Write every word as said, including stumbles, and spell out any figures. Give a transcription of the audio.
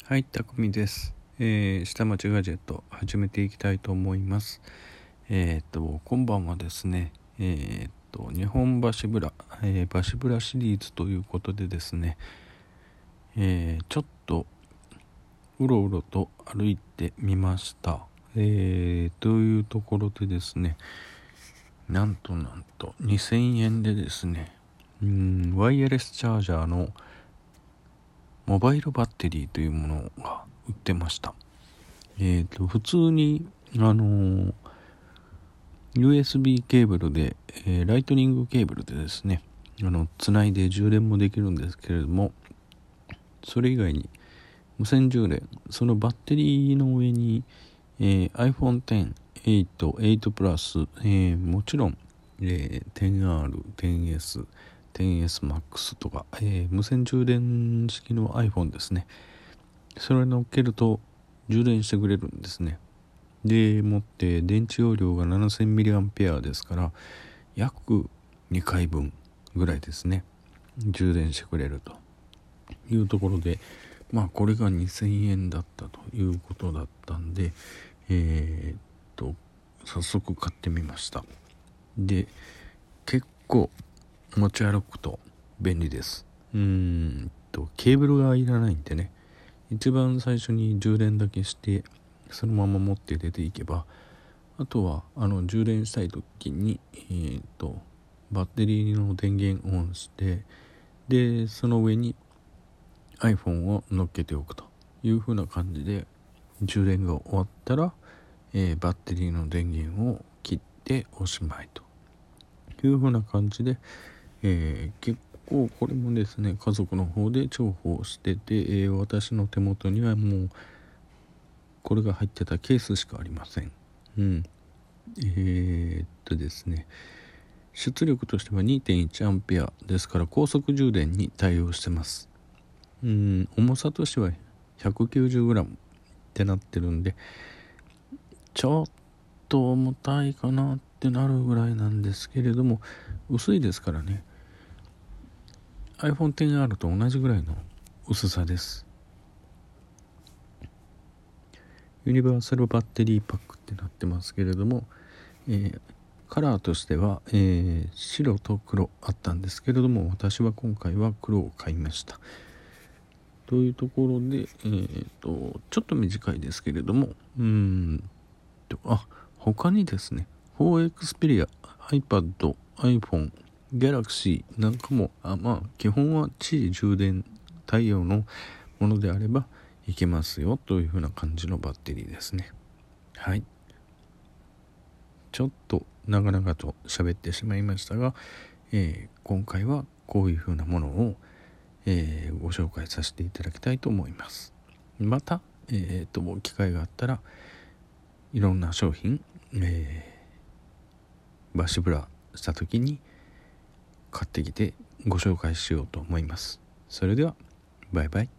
はい、たくみです。えー、下町ガジェット始めていきたいと思います。えー、っと今晩はですね、えー、っと日本橋ブラ、えー、橋ブラシリーズということでですね、えー、ちょっとうろうろと歩いてみました。えー、というところでですね、なんとなんとにせんえんでですね、うーんワイヤレスチャージャーのモバイルバッテリーというものが売ってました。えーと普通にあのー、ユーエスビー ケーブルで、えー、ライトニングケーブルでですねあのつないで充電もできるんですけれども、それ以外に無線充電、そのバッテリーの上に、えー、アイフォンテン、エイト、エイトプラス、えー、もちろん、えー、テンアール、テンエス、テンエスマックス とか、えー、無線充電式の iPhone ですね。それを乗っけると充電してくれるんですね。でもって電池容量が ななせんミリアンペア ですから約にかいぶんぐらいですね、充電してくれるというところで、まあこれがにせんえんだったということだったんで、えー、っと早速買ってみました。で結構持ち歩くと便利です。うーんとケーブルがいらないんでね、一番最初に充電だけしてそのまま持って出ていけば、あとはあの充電したい時に、えー、とバッテリーの電源オンして、でその上に iPhone を乗っけておくという風な感じで、充電が終わったら、えーバッテリーの電源を切っておしまいという風な感じで、えー結構これもですね家族の方で重宝してて、えー私の手元にはもうこれが入ってたケースしかありません。うんえー、っとですね出力としては にてんいちアンペアですから高速充電に対応してます。うん重さとしては ひゃくきゅうじゅうグラム ってなってるんで、ちょっと重たいかなってなるぐらいなんですけれども、薄いですからね アイフォンテンアール と同じぐらいの薄さです。ユニバーサルバッテリーパックってなってますけれども、えーカラーとしては、えー白と黒あったんですけれども、私は今回は黒を買いましたというところで、えー、とちょっと短いですけれども、うーんとあ他にですね フォーエクスペリア、iPad、iPhone、Galaxy なんかもあまあ基本は地位充電対応のものであればいけますよというふうな感じのバッテリーですね。はい、ちょっと長々と喋ってしまいましたが、えー今回はこういうふうなものを、えーご紹介させていただきたいと思います。また、えー、と機会があったらいろんな商品、えー、バシブラした時に買ってきてご紹介しようと思います。それではバイバイ。